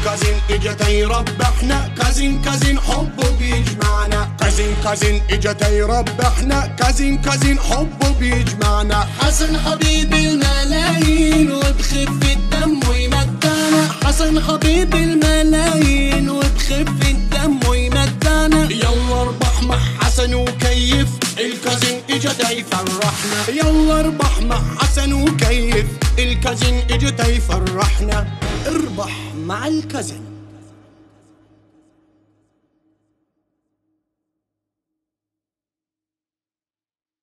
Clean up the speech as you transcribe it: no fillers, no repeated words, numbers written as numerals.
الكازن اجت يربحنا، كازن كازن حبه بيجمعنا، كازن كازن اجت يربحنا، كازن كازن حبه بيجمعنا. حسن حبيب الملايين وبخف الدم ويمتعنا، حسن حبيب الملايين وبخف الدم ويمتعنا. يلا اربح مع حسن وكيف، الكازن اجت يفرحنا. يلا اربح مع حسن وكيف، الكازن اجت يفرحنا. اربح مع الكازن.